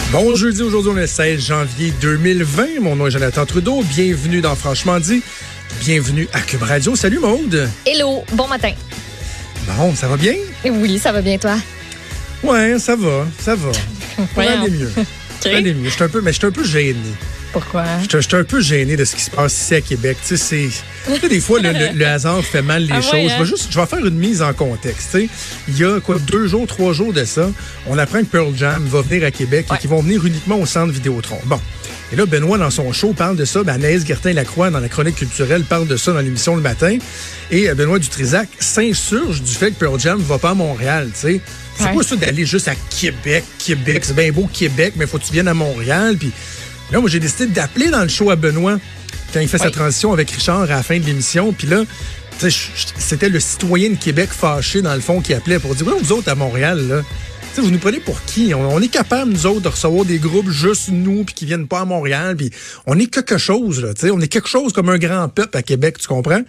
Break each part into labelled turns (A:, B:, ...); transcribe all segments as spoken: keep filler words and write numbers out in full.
A: Bon jeudi, aujourd'hui on est le seize janvier deux mille vingt. Mon nom est Jonathan Trudeau. Bienvenue dans Franchement dit. Bienvenue à Cube Radio. Salut Maude.
B: Hello, bon matin.
A: Bon, ça va bien?
B: Oui, ça va bien toi?
A: Ouais, ça va, ça va. Ça va aller mieux.
B: Okay.
A: Ça va aller mieux. Je suis un peu, mais je suis un peu gêné.
B: Pourquoi?
A: Je suis un peu gêné de ce qui se passe ici à Québec. Tu sais, c'est... Tu sais, des fois, le, le, le hasard fait mal les
B: ah
A: choses.
B: ouais, hein?
A: Je vais juste, je vais faire une mise en contexte. Tu sais, il y a quoi, deux jours, trois jours de ça, on apprend que Pearl Jam va venir à Québec ouais. et qu'ils vont venir uniquement au Centre Vidéotron. Bon. Et là, Benoît, dans son show, parle de ça. Ben, Anaïs Gertin-Lacroix, dans la chronique culturelle, parle de ça dans l'émission le matin. Et Benoît Dutrisac s'insurge du fait que Pearl Jam ne va pas à Montréal, tu sais. C'est ouais. quoi ça d'aller juste à Québec, Québec? C'est bien beau Québec, mais faut que tu viennes à Montréal. Puis là, moi, j'ai décidé d'appeler dans le show à Benoît quand il fait oui. sa transition avec Richard à la fin de l'émission. Puis là, tu sais, c'était le citoyen de Québec fâché, dans le fond, qui appelait pour dire, ouais, vous autres à Montréal, là, t'sais, vous nous prenez pour qui? On, on est capable, nous autres, de recevoir des groupes juste nous, puis qui viennent pas à Montréal, puis on est quelque chose, là, t'sais, on est quelque chose comme un grand peuple à Québec, tu comprends?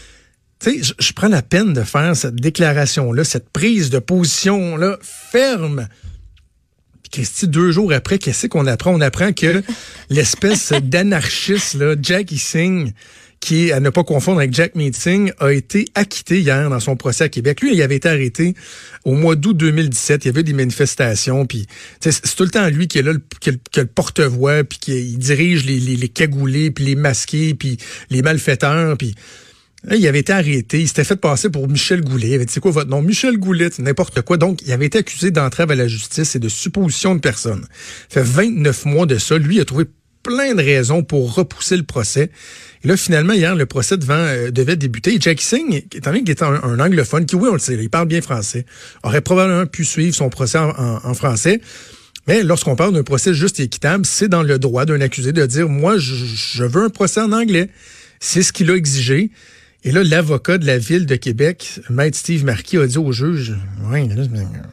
A: Tu sais, je prends la peine de faire cette déclaration-là, cette prise de position-là ferme. Puis Christy, deux jours après, qu'est-ce qu'on apprend? On apprend que l'espèce d'anarchiste, là, Jackie Singh, qui est à ne pas confondre avec Jack Meeting, a été acquitté hier dans son procès à Québec. Lui, il avait été arrêté au mois d'août deux mille dix-sept. Il y avait des manifestations, puis c'est tout le temps lui qui est là, le, qui, est, qui est le porte-voix, puis qui il dirige les, les, les cagoulés, puis les masqués, puis les malfaiteurs, puis là, il avait été arrêté. Il s'était fait passer pour Michel Goulet. Il avait dit, c'est quoi votre nom? Michel Goulet, n'importe quoi. Donc, il avait été accusé d'entrave à la justice et de supposition de personne. Ça fait vingt-neuf mois de ça. Lui, il a trouvé plein de raisons pour repousser le procès. Et là, finalement, hier, le procès devant euh, devait débuter. Et Jackie Singh, étant donné qu'il était un, un anglophone, qui, oui, on le sait, il parle bien français, aurait probablement pu suivre son procès en, en, en français. Mais lorsqu'on parle d'un procès juste et équitable, c'est dans le droit d'un accusé de dire, moi, je, je veux un procès en anglais. C'est ce qu'il a exigé. Et là, l'avocat de la Ville de Québec, Maître Steve Marquis, a dit au juge, « Ouais, là,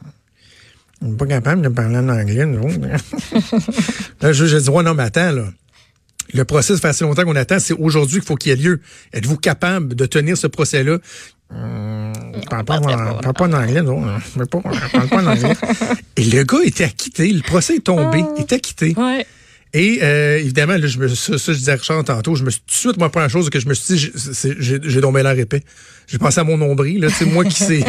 A: on n'est pas capable de parler en anglais, nous autres. » Là, le juge a dit, « Ouais, non, mais attends, là. Le procès, ça fait assez longtemps qu'on attend. C'est aujourd'hui qu'il faut qu'il y ait lieu. Êtes-vous capable de tenir ce procès-là? » Hum, je parle pas, en, parle pas en anglais, non. Je parle pas en anglais. Et le gars était acquitté. Le procès est tombé. Il est acquitté.
B: Ouais.
A: Et euh, évidemment, là, je me, ça, ça, je disais à Richard tantôt, je me suis tout de suite, moi, première chose que je me suis dit, j'ai, j'ai, j'ai tombé l'air épais. J'ai pensé à mon nombril, là, tu sais, moi qui sais,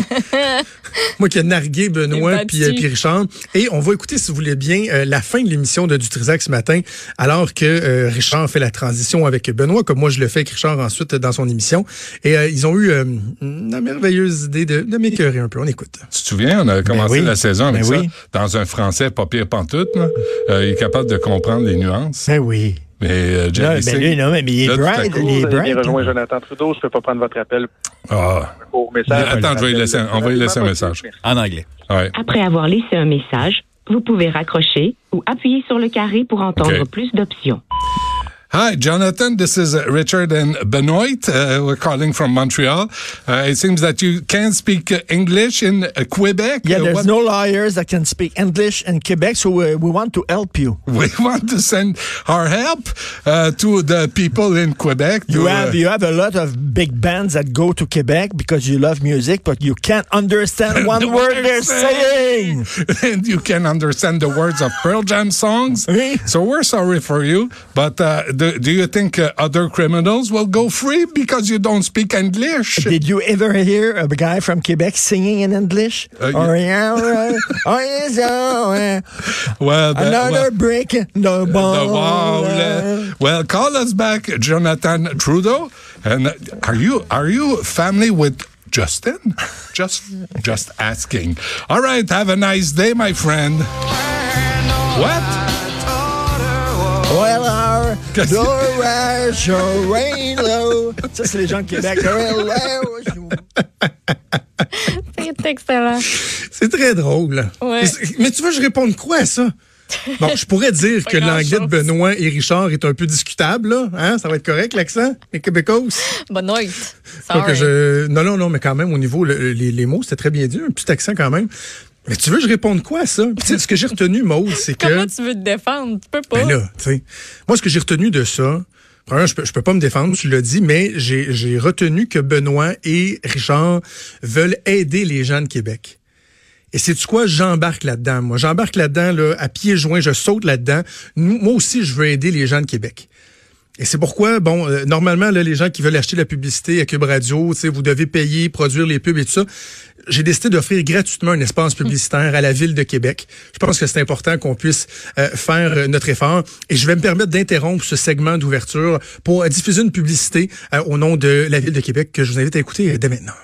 A: moi qui ai nargué Benoît puis, euh, puis Richard. Et on va écouter, si vous voulez bien, euh, la fin de l'émission de Dutrisac ce matin, alors que euh, Richard fait la transition avec Benoît, comme moi je le fais avec Richard ensuite dans son émission. Et euh, ils ont eu euh, une merveilleuse idée de, de m'écœurer un peu. On écoute.
C: Tu te souviens, on a commencé
A: ben oui.
C: la saison avec
A: ben
C: ça,
A: oui.
C: dans un français pas pire pantoute, là. Euh, il est capable de comprendre les nuances.
A: Ben oui.
C: Mais euh,
A: non, ben lui, non, mais il est bright. Il est bright.
D: Rejoint Jonathan Trudeau, je ne peux pas prendre votre appel.
C: Ah.
D: Pour message.
C: Attends, je vais lui laisser, on va lui laisser un message.
E: En anglais.
C: Ouais.
F: Après avoir laissé un message, vous pouvez raccrocher ou appuyer sur le carré pour entendre okay. plus d'options.
C: Hi, Jonathan. This is uh, Richard and Benoit. Uh, we're calling from Montreal. Uh, it seems that you can speak uh, English in uh, Quebec.
G: Yeah,
C: uh,
G: there's
C: what?
G: no lawyers that can speak English in Quebec, so uh, we want to help you.
C: We want to send our help uh, to the people in Quebec.
G: You
C: to,
G: have
C: uh,
G: you have a lot of big bands that go to Quebec because you love music, but you can't understand one word they're saying.
C: And you can understand the words of Pearl Jam songs.
G: Oui.
C: So we're sorry for you, but uh, Do, do you think uh, other criminals will go free because you don't speak English?
G: Did you ever hear a guy from Quebec singing in English?
C: Uh,
G: oh, yeah, uh, oh, yes, oh, uh,
C: well, that,
G: another
C: well,
G: brick, the wall.
C: The wall. Uh, well, call us back, Jonathan Trudeau. And are you are you family with Justin? Just just asking. All right, have a nice day, my friend. What?
G: Well, our doorways are rain low. Ça, c'est les gens de Québec.
B: C'est excellent.
A: C'est très drôle.
B: Ouais.
A: Mais tu veux, je réponde quoi à ça? Bon, je pourrais dire que l'anglais de Benoît et Richard est un peu discutable, là. Hein? Ça va être correct, l'accent? Les Québécois?
B: Benoît.
A: Que je... Non, non, non, mais quand même, au niveau, le, les, les mots, c'était très bien dit. Un petit accent quand même. Mais tu veux que je réponde quoi à ça? Tu sais, ce que j'ai retenu, Maude, c'est que...
B: Comment tu veux te défendre? Tu peux pas.
A: Ben là, tu sais. Moi, ce que j'ai retenu de ça, premièrement, je peux, je peux pas me défendre, tu l'as dit, mais j'ai, j'ai retenu que Benoît et Richard veulent aider les gens de Québec. Et sais-tu quoi? J'embarque là-dedans, moi. J'embarque là-dedans, là, à pieds joints, je saute là-dedans. Nous, moi aussi, je veux aider les gens de Québec. Et c'est pourquoi, bon, euh, normalement, là, les gens qui veulent acheter la publicité à Cube Radio, tu sais, vous devez payer, produire les pubs et tout ça. J'ai décidé d'offrir gratuitement un espace publicitaire à la Ville de Québec. Je pense que c'est important qu'on puisse euh, faire euh, notre effort. Et je vais me permettre d'interrompre ce segment d'ouverture pour euh, diffuser une publicité euh, au nom de la Ville de Québec que je vous invite à écouter euh, dès maintenant.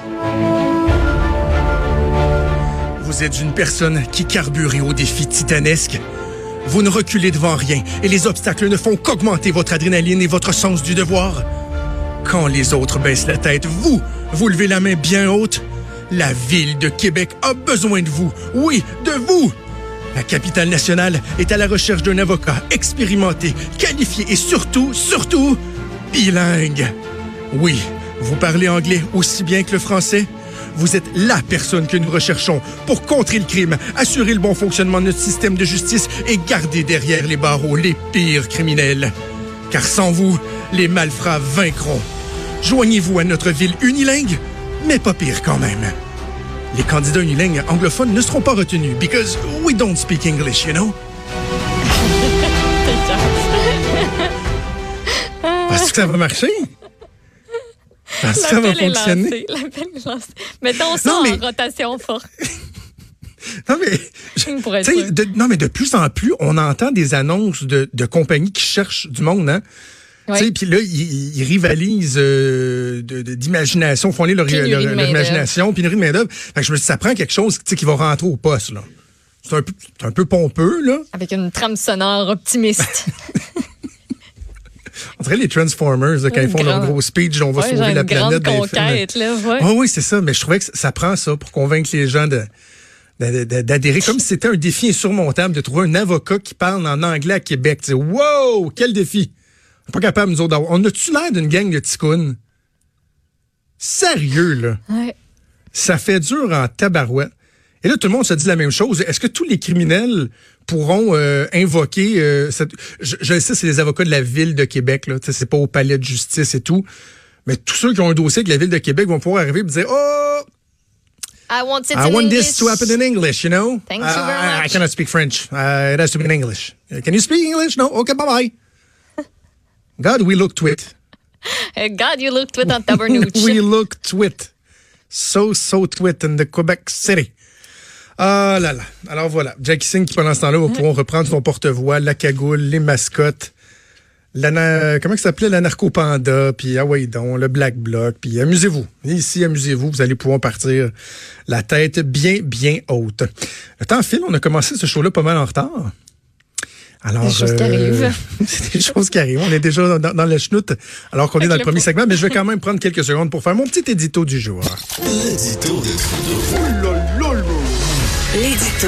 A: Vous êtes une personne qui carbure au défi titanesque. Vous ne reculez devant rien et les obstacles ne font qu'augmenter votre adrénaline et votre sens du devoir. Quand les autres baissent la tête, vous, vous levez la main bien haute. La Ville de Québec a besoin de vous. Oui, de vous. La capitale nationale est à la recherche d'un avocat expérimenté, qualifié et surtout, surtout, bilingue. Oui, vous parlez anglais aussi bien que le français? Vous êtes la personne que nous recherchons pour contrer le crime, assurer le bon fonctionnement de notre système de justice et garder derrière les barreaux les pires criminels. Car sans vous, les malfrats vaincront. Joignez-vous à notre ville unilingue, mais pas pire quand même. Les candidats unilingues anglophones ne seront pas retenus because we don't speak English, you know? Est-ce que ça va marcher? Est-ce que ça va fonctionner?
B: L'appel est lancé. Mettons ça
A: Non, mais-
B: en rotation forte.
A: Non, mais,
B: Pour être
A: tu sais,
B: sûr.
A: de, non, mais de plus en plus, on entend des annonces de, de compagnies qui cherchent du monde, hein?
B: Ouais.
A: Tu sais, puis là, ils, ils rivalisent euh, de- de- d'imagination, font leur, leur,
B: Pénurie de
A: leur
B: main-d'œuvre.
A: imagination, pénurie de main-d'œuvre. Fait que je me suis dit, ça prend quelque chose, tu sais, qui va rentrer au poste, là. C'est un peu, c'est un peu pompeux, là.
B: Avec une trame sonore optimiste.
A: On dirait les Transformers, là, quand
B: Une
A: ils font leur
B: grande-
A: gros speech, on va
B: Ouais,
A: sauver
B: genre
A: la
B: une
A: planète.
B: grande
A: dans les films.
B: conquête, là. Ouais.
A: Oui, oui, c'est ça. Mais je trouvais que ça prend ça pour convaincre les gens de, de- de- d'adhérer. Comme si c'était un défi insurmontable de trouver un avocat qui parle en anglais à Québec. Tu sais, wow! Quel défi! On n'est pas capable, nous autres, d'avoir. On a-tu l'air d'une gang de ticounes? Sérieux, là.
B: Ouais.
A: Ça fait dur en tabarouette. Et là, tout le monde se dit la même chose. Est-ce que tous les criminels pourront euh, invoquer... Euh, cette... je, je sais, c'est les avocats de la Ville de Québec. Là. Tu sais, c'est pas au palais de justice et tout. Mais tous ceux qui ont un dossier avec la Ville de Québec vont pouvoir arriver et dire « Oh,
B: I want it
A: I
B: in
A: want
B: English.
A: this to happen in English, you know?
B: Thank
A: Uh,
B: you very
A: I, I
B: much.
A: cannot speak French. Uh, it has to be in English. Uh, Can you speak English? No? Okay, bye-bye. God, we look to it.
B: Eh, God, you look twit on Tabarnouche.
A: We look to it. So, so twit in the Quebec City. Ah là là. Alors voilà. Jackie Singh qui, pendant ce temps-là, va pouvoir reprendre son porte-voix, la cagoule, les mascottes, la na- comment ça s'appelait? La narco-panda, puis ah ouais, donc, le Black Bloc, puis amusez-vous. Ici, amusez-vous. Vous allez pouvoir partir la tête bien, bien haute. Le temps file. On a commencé ce show-là pas mal en retard. Alors,
B: Des choses qui arrivent.
A: c'est des choses qui arrivent. On est déjà dans, dans la chenoute alors qu'on est
B: Avec
A: dans le
B: le
A: premier
B: pot.
A: segment, mais je vais quand même prendre quelques secondes pour faire mon petit édito du jour.
E: L'édito de Trudeau.
H: L'édito